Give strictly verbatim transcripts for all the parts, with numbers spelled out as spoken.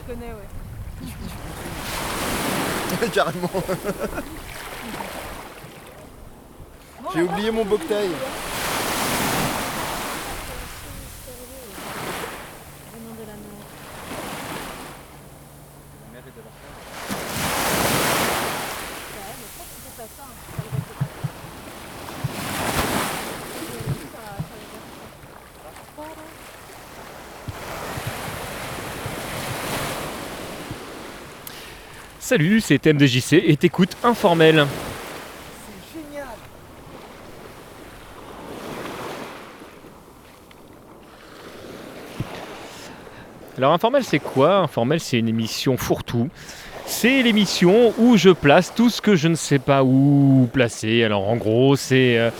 connais, ouais. Carrément. Bon, J'ai oublié mon bouqueteil. Salut, c'est M D J C et t'écoutes Informel. C'est génial. Alors Informel c'est quoi ? Informel c'est une émission fourre-tout. C'est l'émission où je place tout ce que je ne sais pas où placer. Alors en gros c'est... Euh,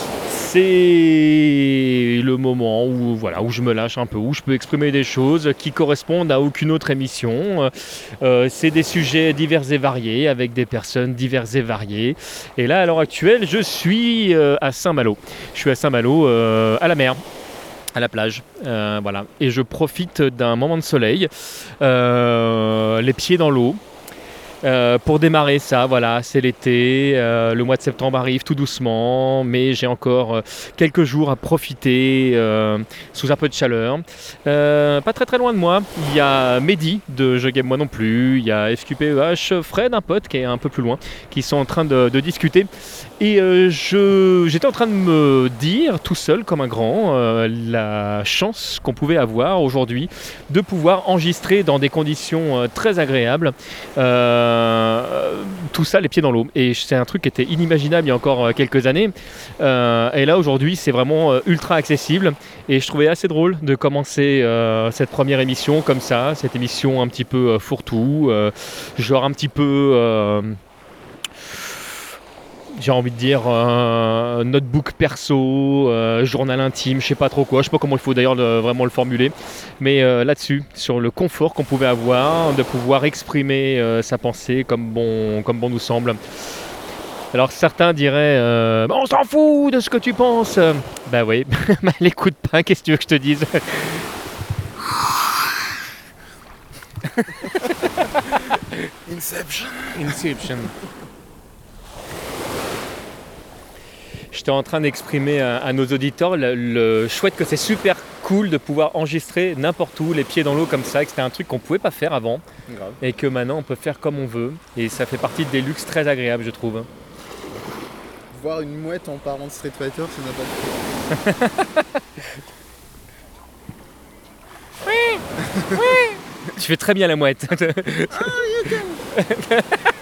c'est le moment où, voilà, où je me lâche un peu, où je peux exprimer des choses qui correspondent à aucune autre émission. Euh, c'est des sujets divers et variés, avec des personnes diverses et variées. Et là, à l'heure actuelle, je suis euh, à Saint-Malo. Je suis à Saint-Malo, euh, à la mer. À la plage, euh, voilà. Et je profite d'un moment de soleil, euh, les pieds dans l'eau. Euh, pour démarrer ça, voilà, c'est l'été, euh, le mois de septembre arrive tout doucement, mais j'ai encore euh, quelques jours à profiter euh, sous un peu de chaleur. Euh, pas très très loin de moi, il y a Mehdi de Je Game Moi Non Plus, il y a F Q P E H, Fred, un pote qui est un peu plus loin, qui sont en train de, de discuter. Et euh, je, j'étais en train de me dire, tout seul comme un grand, euh, la chance qu'on pouvait avoir aujourd'hui de pouvoir enregistrer dans des conditions euh, très agréables. Euh, Euh, tout ça les pieds dans l'eau, et c'est un truc qui était inimaginable il y a encore euh, quelques années, euh, et là aujourd'hui c'est vraiment euh, ultra accessible, et je trouvais assez drôle de commencer euh, cette première émission comme ça, cette émission un petit peu euh, fourre-tout, euh, genre un petit peu euh, j'ai envie de dire euh, notebook perso, euh, journal intime, je sais pas trop quoi, je sais pas comment il faut d'ailleurs le, vraiment le formuler, mais euh, là-dessus, sur le confort qu'on pouvait avoir, de pouvoir exprimer euh, sa pensée comme bon, comme bon nous semble. Alors certains diraient euh, on s'en fout de ce que tu penses. Bah oui, bah l'écoute pas, qu'est-ce que tu veux que je te dise? Inception. Inception. J'étais en train d'exprimer à, à nos auditeurs le, le chouette que c'est super cool de pouvoir enregistrer n'importe où, les pieds dans l'eau comme ça, que c'était un truc qu'on pouvait pas faire avant. Grave. Et que maintenant on peut faire comme on veut, et ça fait partie des luxes très agréables, je trouve. Voir une mouette en parlant de Street Fighter, c'est n'importe quoi. Oui, oui. Tu fais très bien la mouette. Ah, you can.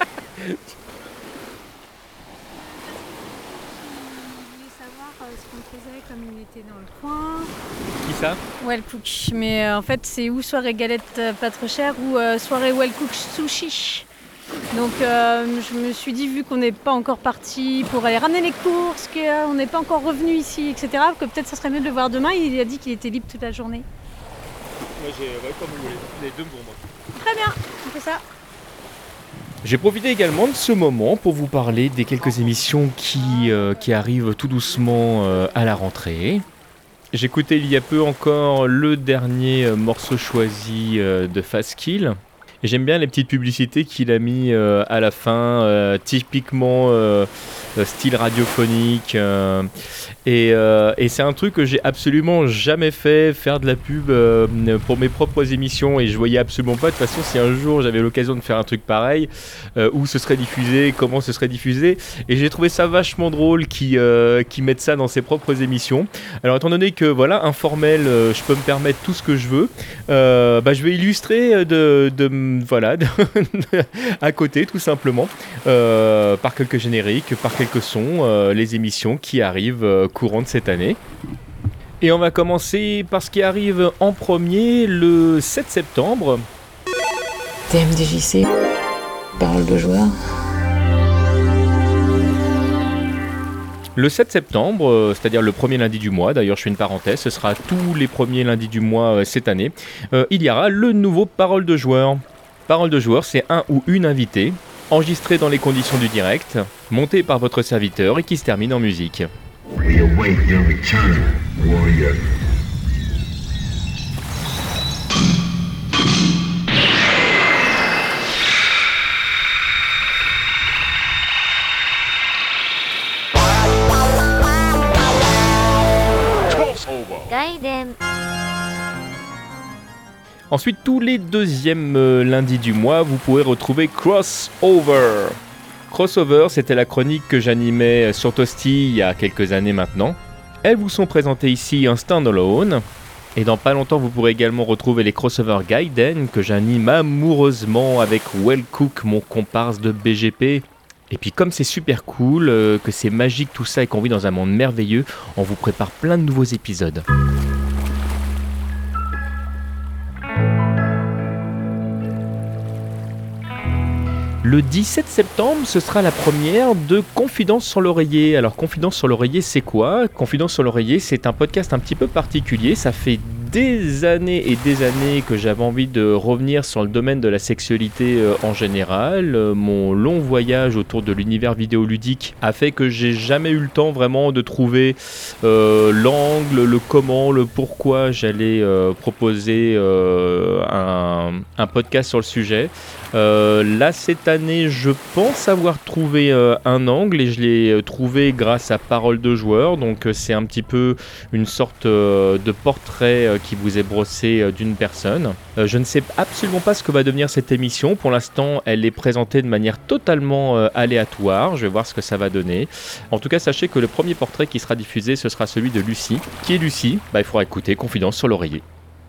Comme il était dans le coin. Qui ça? Wellcook. Mais euh, en fait, c'est ou soirée galette euh, pas trop chère ou euh, soirée Wellcook sushi. Donc euh, je me suis dit, vu qu'on n'est pas encore parti pour aller ramener les courses, qu'on n'est pas encore revenu ici, et cetera, que peut-être ça serait mieux de le voir demain. Il a dit qu'il était libre toute la journée. Moi j'ai, ouais, comme vous voulez, les deux me vont, moi. Très bien, on fait ça. J'ai profité également de ce moment pour vous parler des quelques émissions qui, euh, qui arrivent tout doucement euh, à la rentrée. J'écoutais il y a peu encore le dernier euh, morceau choisi euh, de Fastkill. Et j'aime bien les petites publicités qu'il a mis euh, à la fin, euh, typiquement euh, style radiophonique. Euh, et, euh, et c'est un truc que j'ai absolument jamais fait, faire de la pub euh, pour mes propres émissions. Et je voyais absolument pas de toute façon si un jour j'avais l'occasion de faire un truc pareil, euh, où ce serait diffusé, comment ce serait diffusé. Et j'ai trouvé ça vachement drôle qu'ils euh, qu'ils mettent ça dans ses propres émissions. Alors étant donné que voilà, Informel, euh, je peux me permettre tout ce que je veux, euh, bah, je vais illustrer de... de voilà, à côté tout simplement, euh, par quelques génériques, par quelques sons, euh, les émissions qui arrivent euh, courant de cette année. Et on va commencer par ce qui arrive en premier le sept septembre. T M D J C, parole de joueur. Le sept septembre, euh, c'est-à-dire le premier lundi du mois, d'ailleurs je fais une parenthèse, ce sera tous les premiers lundis du mois euh, cette année, euh, il y aura le nouveau parole de joueur. Parole de joueur, c'est un ou une invitée, enregistré dans les conditions du direct, monté par votre serviteur et qui se termine en musique. We await your return, warrior. Gaiden. Ensuite, tous les deuxièmes euh, lundis du mois, vous pourrez retrouver Crossover. Crossover, c'était la chronique que j'animais sur Toasty il y a quelques années maintenant. Elles vous sont présentées ici en standalone. Et dans pas longtemps, vous pourrez également retrouver les Crossover Gaiden que j'anime amoureusement avec Well Cook, mon comparse de B G P. Et puis comme c'est super cool, euh, que c'est magique tout ça et qu'on vit dans un monde merveilleux, on vous prépare plein de nouveaux épisodes. Le dix-sept septembre, ce sera la première de Confidence sur l'oreiller. Alors Confidence sur l'oreiller, c'est quoi ? Confidence sur l'oreiller, c'est un podcast un petit peu particulier. Ça fait des années et des années que j'avais envie de revenir sur le domaine de la sexualité euh, en général. Euh, mon long voyage autour de l'univers vidéoludique a fait que j'ai jamais eu le temps vraiment de trouver euh, l'angle, le comment, le pourquoi j'allais euh, proposer euh, un, un podcast sur le sujet. Euh, là cette année je pense avoir trouvé euh, un angle et je l'ai euh, trouvé grâce à Parole de joueur, donc euh, c'est un petit peu une sorte euh, de portrait euh, qui vous est brossé euh, d'une personne. Euh, je ne sais absolument pas ce que va devenir cette émission, pour l'instant elle est présentée de manière totalement euh, aléatoire, je vais voir ce que ça va donner. En tout cas sachez que le premier portrait qui sera diffusé ce sera celui de Lucie. Qui est Lucie ? Bah, il faudra écouter Confidence sur l'oreiller.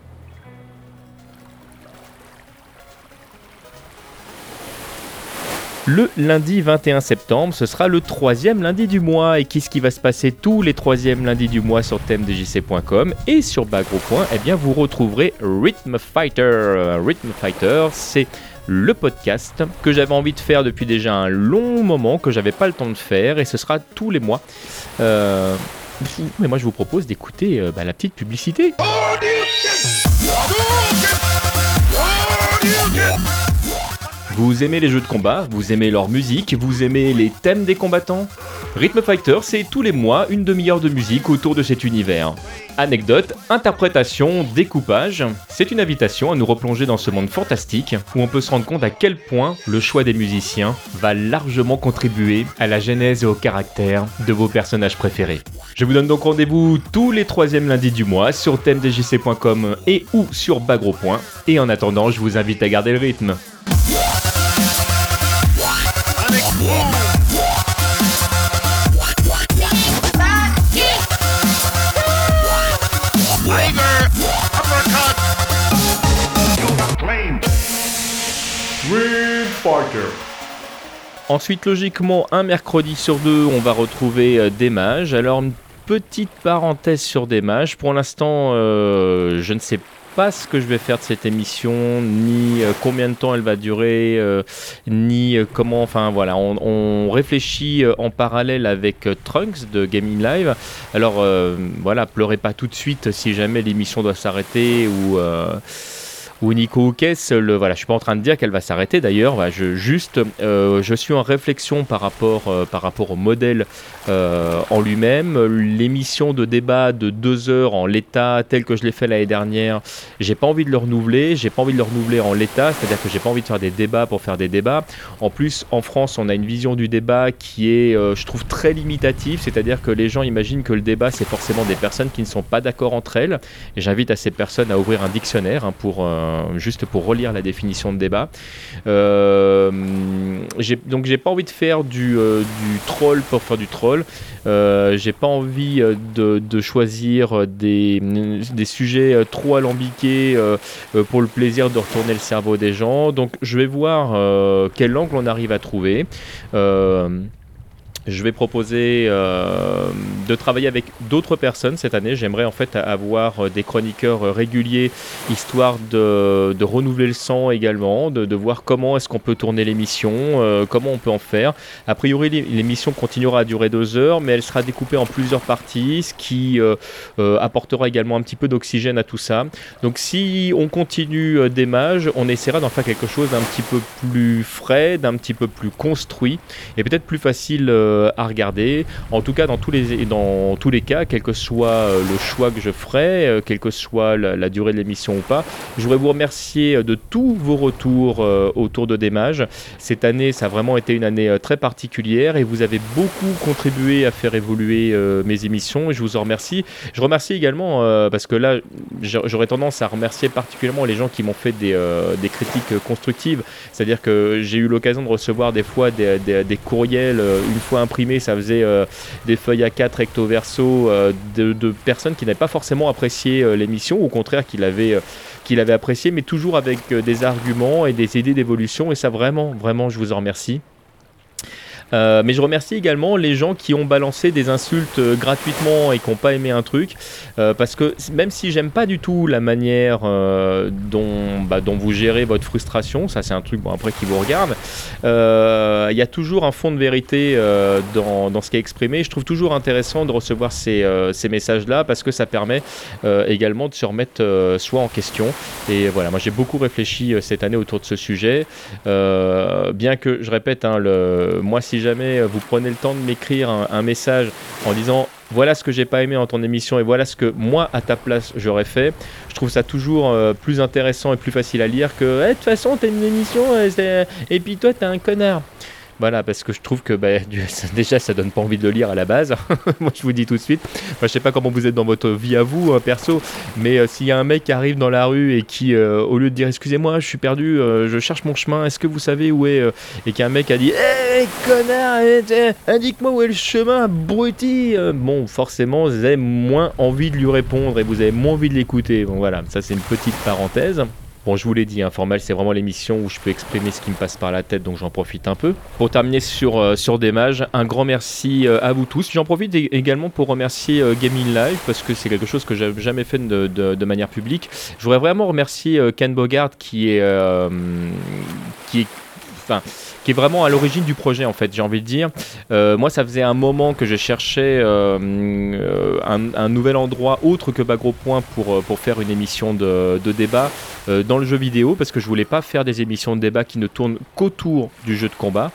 Le lundi vingt et un septembre, ce sera le troisième lundi du mois. Et qu'est-ce qui va se passer tous les troisièmes lundis du mois sur thème d j c point com et sur Bagro. Eh bien, vous retrouverez Rhythm Fighter. Rhythm Fighter, c'est le podcast que j'avais envie de faire depuis déjà un long moment, que j'avais pas le temps de faire, et ce sera tous les mois. Euh... Mais moi, je vous propose d'écouter euh, bah, la petite publicité. Vous aimez les jeux de combat, vous aimez leur musique, vous aimez les thèmes des combattants ? Rhythm Fighter, c'est tous les mois une demi-heure de musique autour de cet univers. Anecdotes, interprétations, découpage, c'est une invitation à nous replonger dans ce monde fantastique où on peut se rendre compte à quel point le choix des musiciens va largement contribuer à la genèse et au caractère de vos personnages préférés. Je vous donne donc rendez-vous tous les troisièmes lundis du mois sur thème d j c point com et ou sur Bagro. Et en attendant, je vous invite à garder le rythme. Ensuite, logiquement, un mercredi sur deux, on va retrouver euh, des mages. Alors, une petite parenthèse sur des mages. Pour l'instant, euh, je ne sais pas ce que je vais faire de cette émission, ni euh, combien de temps elle va durer, euh, ni euh, comment. Enfin, voilà, on, on réfléchit euh, en parallèle avec euh, Trunks de Gaming Live. Alors, euh, voilà, pleurez pas tout de suite si jamais l'émission doit s'arrêter ou. Euh, Ou Nico Houkes, le voilà, je suis pas en train de dire qu'elle va s'arrêter d'ailleurs. Voilà, je juste, euh, je suis en réflexion par rapport, euh, par rapport au modèle euh, en lui-même. L'émission de débat de deux heures en l'état tel que je l'ai fait l'année dernière, j'ai pas envie de le renouveler. J'ai pas envie de le renouveler en l'état, c'est-à-dire que j'ai pas envie de faire des débats pour faire des débats. En plus, en France, on a une vision du débat qui est, euh, je trouve, très limitative. C'est-à-dire que les gens imaginent que le débat, c'est forcément des personnes qui ne sont pas d'accord entre elles. Et j'invite à ces personnes à ouvrir un dictionnaire hein, pour euh, juste pour relire la définition de débat. Euh, j'ai, donc j'ai pas envie de faire du, euh, du troll pour faire du troll. Euh, j'ai pas envie de, de choisir des, des sujets trop alambiqués euh, pour le plaisir de retourner le cerveau des gens. Donc je vais voir euh, quel angle on arrive à trouver. Euh, Je vais proposer euh, de travailler avec d'autres personnes cette année. J'aimerais en fait avoir des chroniqueurs réguliers, histoire de, de renouveler le sang également, de, de voir comment est-ce qu'on peut tourner l'émission, euh, comment on peut en faire. A priori, l'émission continuera à durer deux heures, mais elle sera découpée en plusieurs parties, ce qui euh, euh, apportera également un petit peu d'oxygène à tout ça. Donc si on continue euh, des mages, on essaiera d'en faire quelque chose d'un petit peu plus frais, d'un petit peu plus construit, et peut-être plus facile euh, euh, à regarder. En tout cas, dans tous les, dans tous les cas, quel que soit euh, le choix que je ferai, euh, quelle que soit la, la durée de l'émission ou pas, je voudrais vous remercier de tous vos retours euh, autour de Démage. Cette année, ça a vraiment été une année euh, très particulière et vous avez beaucoup contribué à faire évoluer euh, mes émissions et je vous en remercie. Je remercie également, euh, parce que là, j'aurais tendance à remercier particulièrement les gens qui m'ont fait des, euh, des critiques constructives. C'est-à-dire que j'ai eu l'occasion de recevoir des fois des, des, des courriels, euh, une fois imprimés, ça faisait euh, des feuilles A quatre recto verso euh, de, de personnes qui n'avaient pas forcément apprécié euh, l'émission, au contraire qui l'avaient, euh, qui l'avaient apprécié, mais toujours avec euh, des arguments et des idées d'évolution. Et ça, vraiment, vraiment, je vous en remercie. Euh, mais je remercie également les gens qui ont balancé des insultes euh, gratuitement et qui n'ont pas aimé un truc, euh, parce que même si j'aime pas du tout la manière euh, dont, bah, dont vous gérez votre frustration, ça c'est un truc bon, après qui vous regarde, il euh, y a toujours un fond de vérité euh, dans, dans ce qui est exprimé. Je trouve toujours intéressant de recevoir ces, euh, ces messages-là parce que ça permet euh, également de se remettre euh, soi en question. Et voilà, moi j'ai beaucoup réfléchi euh, cette année autour de ce sujet, euh, bien que je répète, hein, le, moi si jamais vous prenez le temps de m'écrire un, un message en disant voilà ce que j'ai pas aimé dans ton émission et voilà ce que moi à ta place j'aurais fait, je trouve ça toujours euh, plus intéressant et plus facile à lire que de hey, toute façon t'as une émission euh, et puis toi t'es un connard. Voilà, parce que je trouve que bah, déjà ça donne pas envie de le lire à la base. Moi je vous dis tout de suite, moi, je sais pas comment vous êtes dans votre vie à vous, hein, perso, mais euh, s'il y a un mec qui arrive dans la rue et qui, euh, au lieu de dire excusez-moi, je suis perdu, euh, je cherche mon chemin, est-ce que vous savez où est euh, et qu'un mec a dit hé hey, connard, hey, indique-moi où est le chemin, abruti. Euh, bon, forcément, vous avez moins envie de lui répondre et vous avez moins envie de l'écouter. Bon, voilà, ça c'est une petite parenthèse. Bon, je vous l'ai dit, hein, Formel, c'est vraiment l'émission où je peux exprimer ce qui me passe par la tête, donc j'en profite un peu. Pour terminer sur, euh, sur Démage, un grand merci euh, à vous tous. J'en profite également pour remercier euh, Gaming Live, parce que c'est quelque chose que j'ai jamais fait de, de, de manière publique. Je voudrais vraiment remercier euh, Ken Bogart, qui est... Euh, qui est Enfin, qui est vraiment à l'origine du projet en fait, j'ai envie de dire. Euh, moi, ça faisait un moment que je cherchais euh, euh, un, un nouvel endroit autre que Bas Gros Point pour, pour faire une émission de, de débat euh, dans le jeu vidéo, parce que je voulais pas faire des émissions de débat qui ne tournent qu'autour du jeu de combat.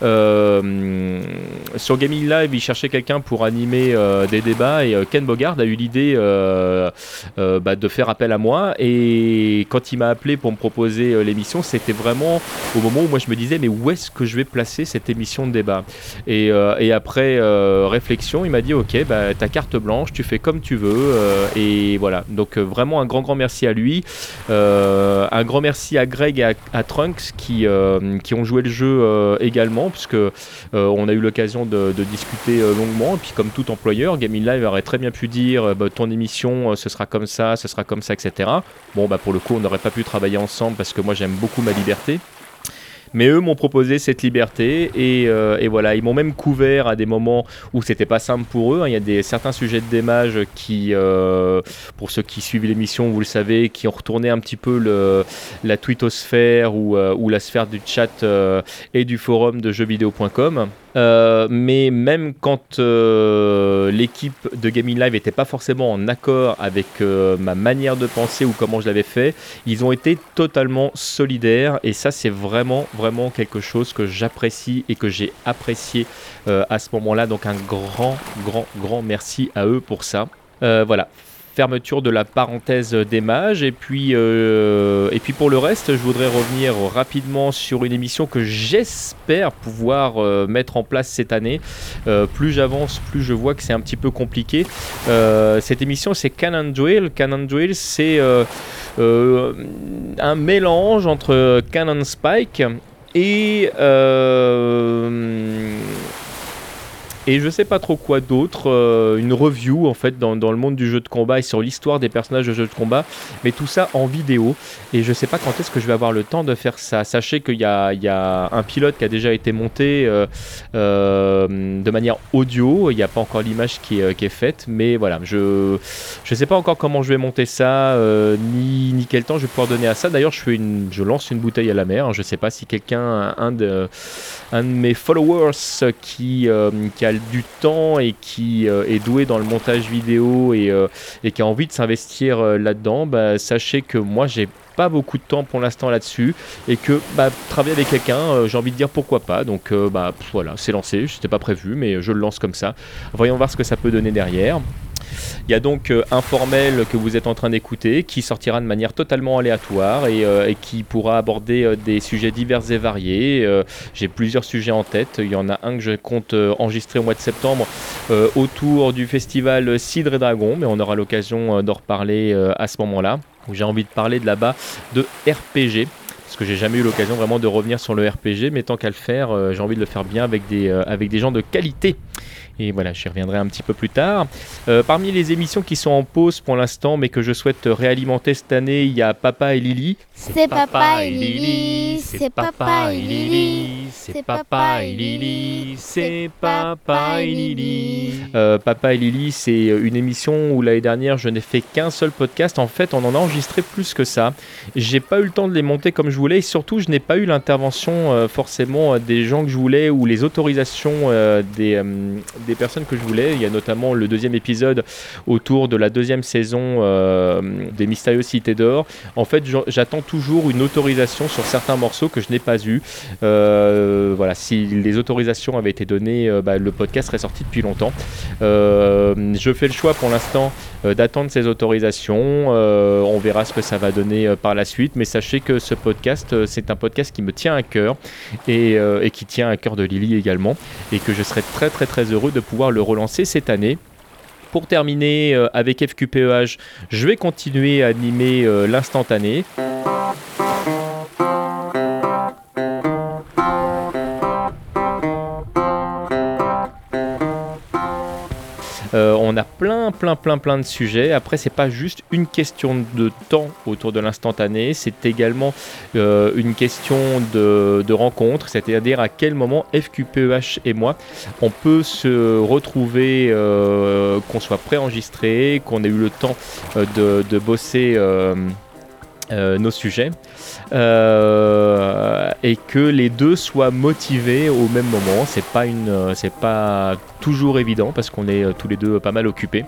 Euh, sur Gaming Live, il cherchait quelqu'un pour animer euh, des débats et euh, Ken Bogard a eu l'idée euh, euh, bah, de faire appel à moi, et quand il m'a appelé pour me proposer euh, l'émission, c'était vraiment au moment où moi je me disais mais où est-ce que je vais placer cette émission de débat, et, euh, et après euh, réflexion il m'a dit ok, bah, ta carte blanche, tu fais comme tu veux, euh, et voilà, donc euh, vraiment un grand grand merci à lui, euh, un grand merci à Greg et à, à Trunks qui, euh, qui ont joué le jeu euh, également, puisque euh, on a eu l'occasion de, de discuter euh, longuement, et puis comme tout employeur, Gaming Live aurait très bien pu dire euh, bah, ton émission euh, ce sera comme ça, ce sera comme ça, et cetera. Bon bah pour le coup on n'aurait pas pu travailler ensemble parce que moi j'aime beaucoup ma liberté. Mais eux m'ont proposé cette liberté, et, euh, et voilà, ils m'ont même couvert à des moments où c'était pas simple pour eux, hein. Il y a des, certains sujets de Démage qui, euh, pour ceux qui suivent l'émission, vous le savez, qui ont retourné un petit peu le, la twittosphère ou, euh, ou la sphère du chat euh, et du forum de jeux vidéo point com. Euh, mais même quand euh, l'équipe de Gaming Live n'était pas forcément en accord avec euh, ma manière de penser ou comment je l'avais fait, ils ont été totalement solidaires, et ça c'est vraiment vraiment quelque chose que j'apprécie et que j'ai apprécié euh, à ce moment-là, donc un grand grand grand merci à eux pour ça. Euh, voilà. Fermeture de la parenthèse Démage, et puis, euh, et puis pour le reste, je voudrais revenir rapidement sur une émission que j'espère pouvoir euh, mettre en place cette année. Euh, plus j'avance, plus je vois que c'est un petit peu compliqué. Euh, cette émission, c'est Cannon Drill. Cannon Drill, c'est euh, euh, un mélange entre Cannon Spike et... Euh, Et je sais pas trop quoi d'autre, euh, une review en fait dans, dans le monde du jeu de combat et sur l'histoire des personnages de jeux de combat, mais tout ça en vidéo. Et je sais pas quand est-ce que je vais avoir le temps de faire ça. Sachez qu'il y a, il y a un pilote qui a déjà été monté euh, euh, de manière audio. Il n'y a pas encore l'image qui est, qui est faite, mais voilà, je je sais pas encore comment je vais monter ça, euh, ni, ni quel temps je vais pouvoir donner à ça. D'ailleurs, je fais une, je lance une bouteille à la mer. Je sais pas si quelqu'un, un de, un de mes followers qui, euh, qui a du temps et qui euh, est doué dans le montage vidéo et, euh, et qui a envie de s'investir euh, là-dedans, bah, sachez que moi j'ai pas beaucoup de temps pour l'instant là-dessus et que bah, travailler avec quelqu'un, euh, j'ai envie de dire pourquoi pas. Donc euh, bah, voilà, c'est lancé, c'était pas prévu mais je le lance comme ça. Voyons voir ce que ça peut donner derrière. Il y a donc euh, Informel que vous êtes en train d'écouter qui sortira de manière totalement aléatoire et, euh, et qui pourra aborder euh, des sujets divers et variés. Euh, j'ai plusieurs sujets en tête. Il y en a un que je compte euh, enregistrer au mois de septembre euh, autour du festival Cidre et Dragon, mais on aura l'occasion euh, d'en reparler euh, à ce moment-là. J'ai envie de parler de là-bas de R P G. Parce que j'ai jamais eu l'occasion vraiment de revenir sur le R P G, mais tant qu'à le faire, euh, j'ai envie de le faire bien avec des, euh, avec des gens de qualité. Et voilà, j'y reviendrai un petit peu plus tard. Euh, parmi les émissions qui sont en pause pour l'instant, mais que je souhaite réalimenter cette année, il y a Papa et Lily. C'est Papa et Lily, c'est Papa et Lily, c'est Papa et Lily, c'est Papa et Lily. Euh, Papa et Lily, c'est une émission où l'année dernière, je n'ai fait qu'un seul podcast. En fait, on en a enregistré plus que ça. J'ai pas eu le temps de les monter comme je voulais et surtout, je n'ai pas eu l'intervention euh, forcément euh, des gens que je voulais ou les autorisations euh, des... Euh, des personnes que je voulais. Il y a notamment le deuxième épisode autour de la deuxième saison euh, des Mystérieuses Cités d'Or. En fait, j'attends toujours une autorisation sur certains morceaux que je n'ai pas eu. Euh, voilà, si les autorisations avaient été données, euh, bah, le podcast serait sorti depuis longtemps. Euh, je fais le choix pour l'instant euh, d'attendre ces autorisations. Euh, on verra ce que ça va donner euh, par la suite, mais sachez que ce podcast, euh, c'est un podcast qui me tient à cœur et, euh, et qui tient à cœur de Lily également, et que je serai très très très heureux de pouvoir le relancer cette année. Pour terminer euh, avec F Q P E H, je vais continuer à animer euh, l'instantané. Euh, on a plein, plein, plein, plein de sujets. Après, c'est pas juste une question de temps autour de l'instantané, c'est également euh, une question de, de rencontre, c'est-à-dire à quel moment F Q P E H et moi, on peut se retrouver, euh, qu'on soit préenregistré, qu'on ait eu le temps euh, de, de bosser euh, euh, nos sujets. Euh, et que les deux soient motivés au même moment. C'est pas une, c'est pas toujours évident parce qu'on est tous les deux pas mal occupés.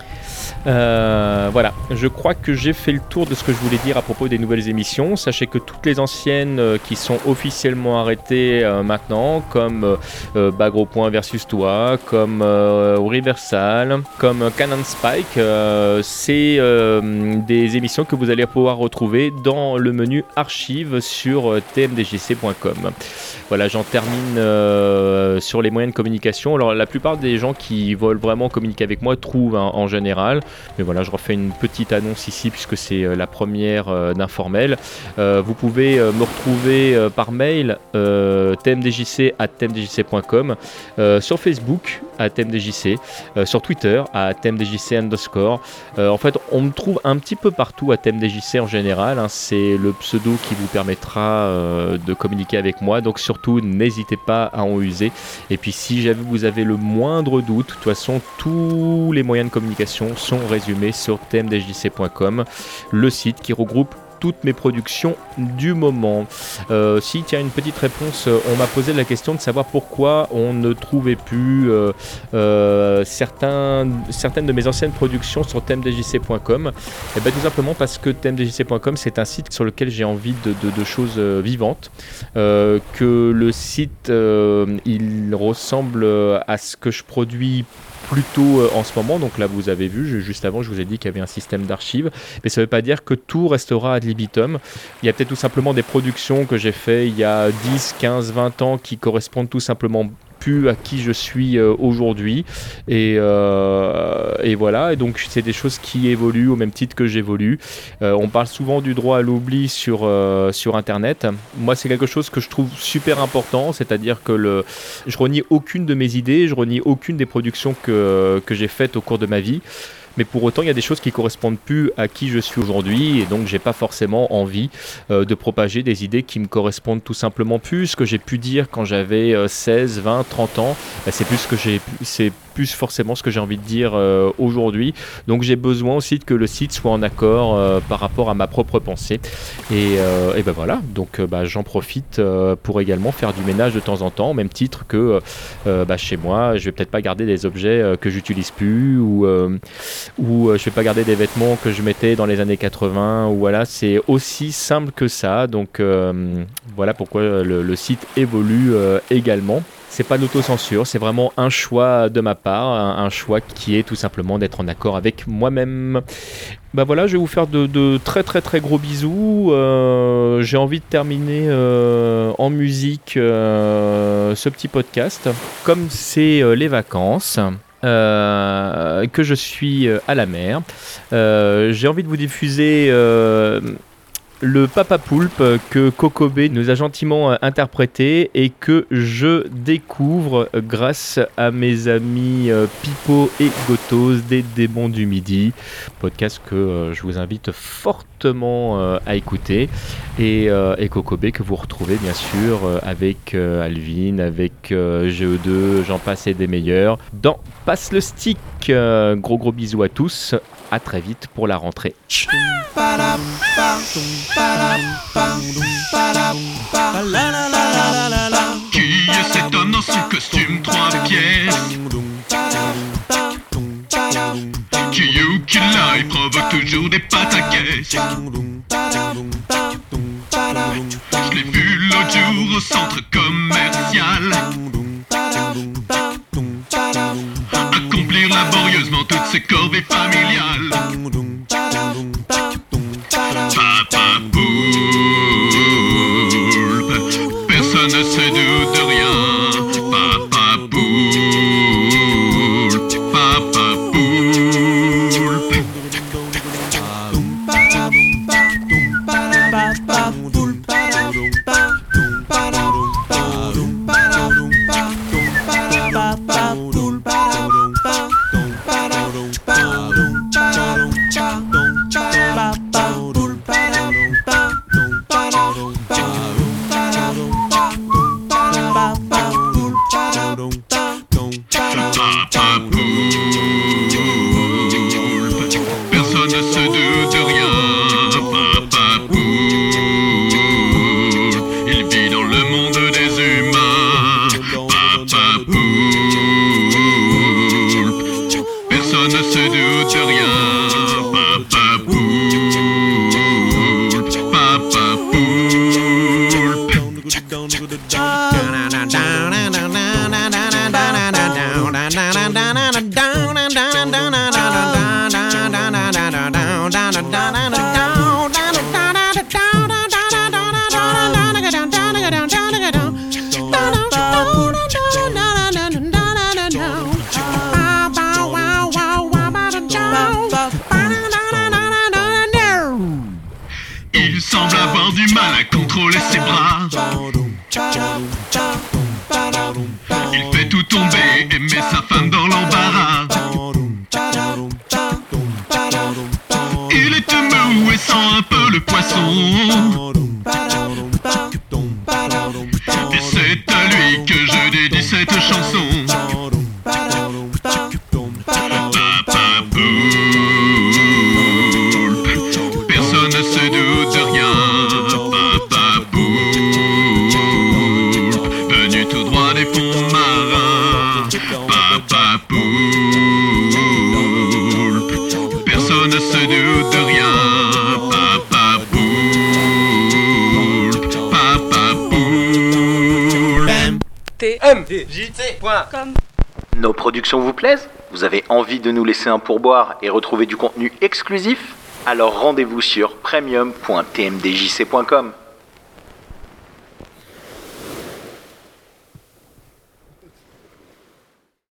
Euh, voilà, je crois que j'ai fait le tour de ce que je voulais dire à propos des nouvelles émissions. Sachez que toutes les anciennes euh, qui sont officiellement arrêtées euh, maintenant, comme euh, Bagro Point versus Toi, comme euh, Reversal, comme Canon Spike, euh, c'est euh, des émissions que vous allez pouvoir retrouver dans le menu archives sur euh, t m d j c point com. Voilà, j'en termine euh, sur les moyens de communication. Alors la plupart des gens qui veulent vraiment communiquer avec moi trouvent hein, en général. Mais voilà, je refais une petite annonce ici puisque c'est euh, la première euh, d'Informel. Euh, vous pouvez euh, me retrouver euh, par mail euh, t m d j c arobase t m d j c point com, euh, sur Facebook à t m d j c, euh, sur Twitter à t m d j c underscore. Euh, en fait, on me trouve un petit peu partout à t m d j c en général. Hein, c'est le pseudo qui vous permettra euh, de communiquer avec moi. Donc surtout, n'hésitez pas à en user. Et puis si jamais vous avez le moindre doute, de toute façon, tous les moyens de communication sont résumés sur t m d j c point com, le site qui regroupe toutes mes productions du moment. Euh, si, tiens, une petite réponse, on m'a posé la question de savoir pourquoi on ne trouvait plus euh, euh, certains, certaines de mes anciennes productions sur t m d j c point com. Et bien tout simplement parce que t m d j c point com, c'est un site sur lequel j'ai envie de, de, de choses vivantes, euh, que le site euh, il ressemble à ce que je produis plutôt euh, en ce moment. Donc là vous avez vu, je, juste avant je vous ai dit qu'il y avait un système d'archives, mais ça ne veut pas dire que tout restera ad libitum. Il y a peut-être tout simplement des productions que j'ai fait il y a dix, quinze, vingt ans qui correspondent tout simplement plus à qui je suis euh, aujourd'hui et, euh, et voilà, et donc c'est des choses qui évoluent au même titre que j'évolue. Euh, on parle souvent du droit à l'oubli sur, euh, sur internet. Moi c'est quelque chose que je trouve super important, c'est-à-dire que le, je renie aucune de mes idées, je renie aucune des productions que, que j'ai faites au cours de ma vie. Mais pour autant, il y a des choses qui correspondent plus à qui je suis aujourd'hui et donc j'ai pas forcément envie euh, de propager des idées qui me correspondent tout simplement plus. Ce que j'ai pu dire quand j'avais euh, seize, vingt, trente ans, bah, c'est plus ce que j'ai, c'est plus forcément ce que j'ai envie de dire euh, aujourd'hui. Donc j'ai besoin aussi que le site soit en accord euh, par rapport à ma propre pensée. Et, euh, et ben voilà, donc euh, bah, j'en profite euh, pour également faire du ménage de temps en temps, au même titre que euh, bah, chez moi, je vais peut-être pas garder des objets euh, que j'utilise plus, ou, euh, ou euh, je vais pas garder des vêtements que je mettais dans les années quatre-vingts, ou voilà, c'est aussi simple que ça. Donc euh, voilà pourquoi le, le site évolue euh, également. C'est pas de l'autocensure, c'est vraiment un choix de ma part, un, un choix qui est tout simplement d'être en accord avec moi-même. Bah voilà, je vais vous faire de, de très très très gros bisous. Euh, j'ai envie de terminer euh, en musique euh, ce petit podcast. Comme c'est euh, les vacances, euh, que je suis euh, à la mer, euh, j'ai envie de vous diffuser... Euh, le Papa Poulpe que Kokobé nous a gentiment interprété et que je découvre grâce à mes amis Pipo et Gotos des Démons du Midi, podcast que je vous invite fortement à écouter, et, et Kokobé que vous retrouvez bien sûr avec Alvin, avec G E deux, j'en passe et des meilleurs, dans Passe le Stick. Gros gros bisous à tous, à très vite pour la rentrée. Qui est cet homme dans son costume trois pièces? Qui ou qui là, il provoque toujours des pataquès. Je l'ai vu l'autre jour au centre commercial accomplir laborieusement toutes ses corvées familiales. Papa Poulpe, personne ne se doute de rien. Papa Poulpe, Papa Poulpe. Il semble avoir du mal à contrôler ses bras. Il fait tout tomber et met sa femme dans l'embarras. Il est tout mou et sent un peu le poisson. Et c'est à lui que je dédie cette chanson. Papa Poulpe, personne ne se doute de rien. Papa Poulpe, venu tout droit des fonds marins. Papa Poulpe, personne ne se doute de rien. Papa Poulpe, Papa Poulpe. T M D J C point com. Nos productions vous plaisent ? Vous avez envie de nous laisser un pourboire et retrouver du contenu exclusif ? Alors rendez-vous sur premium point t m d j c point com.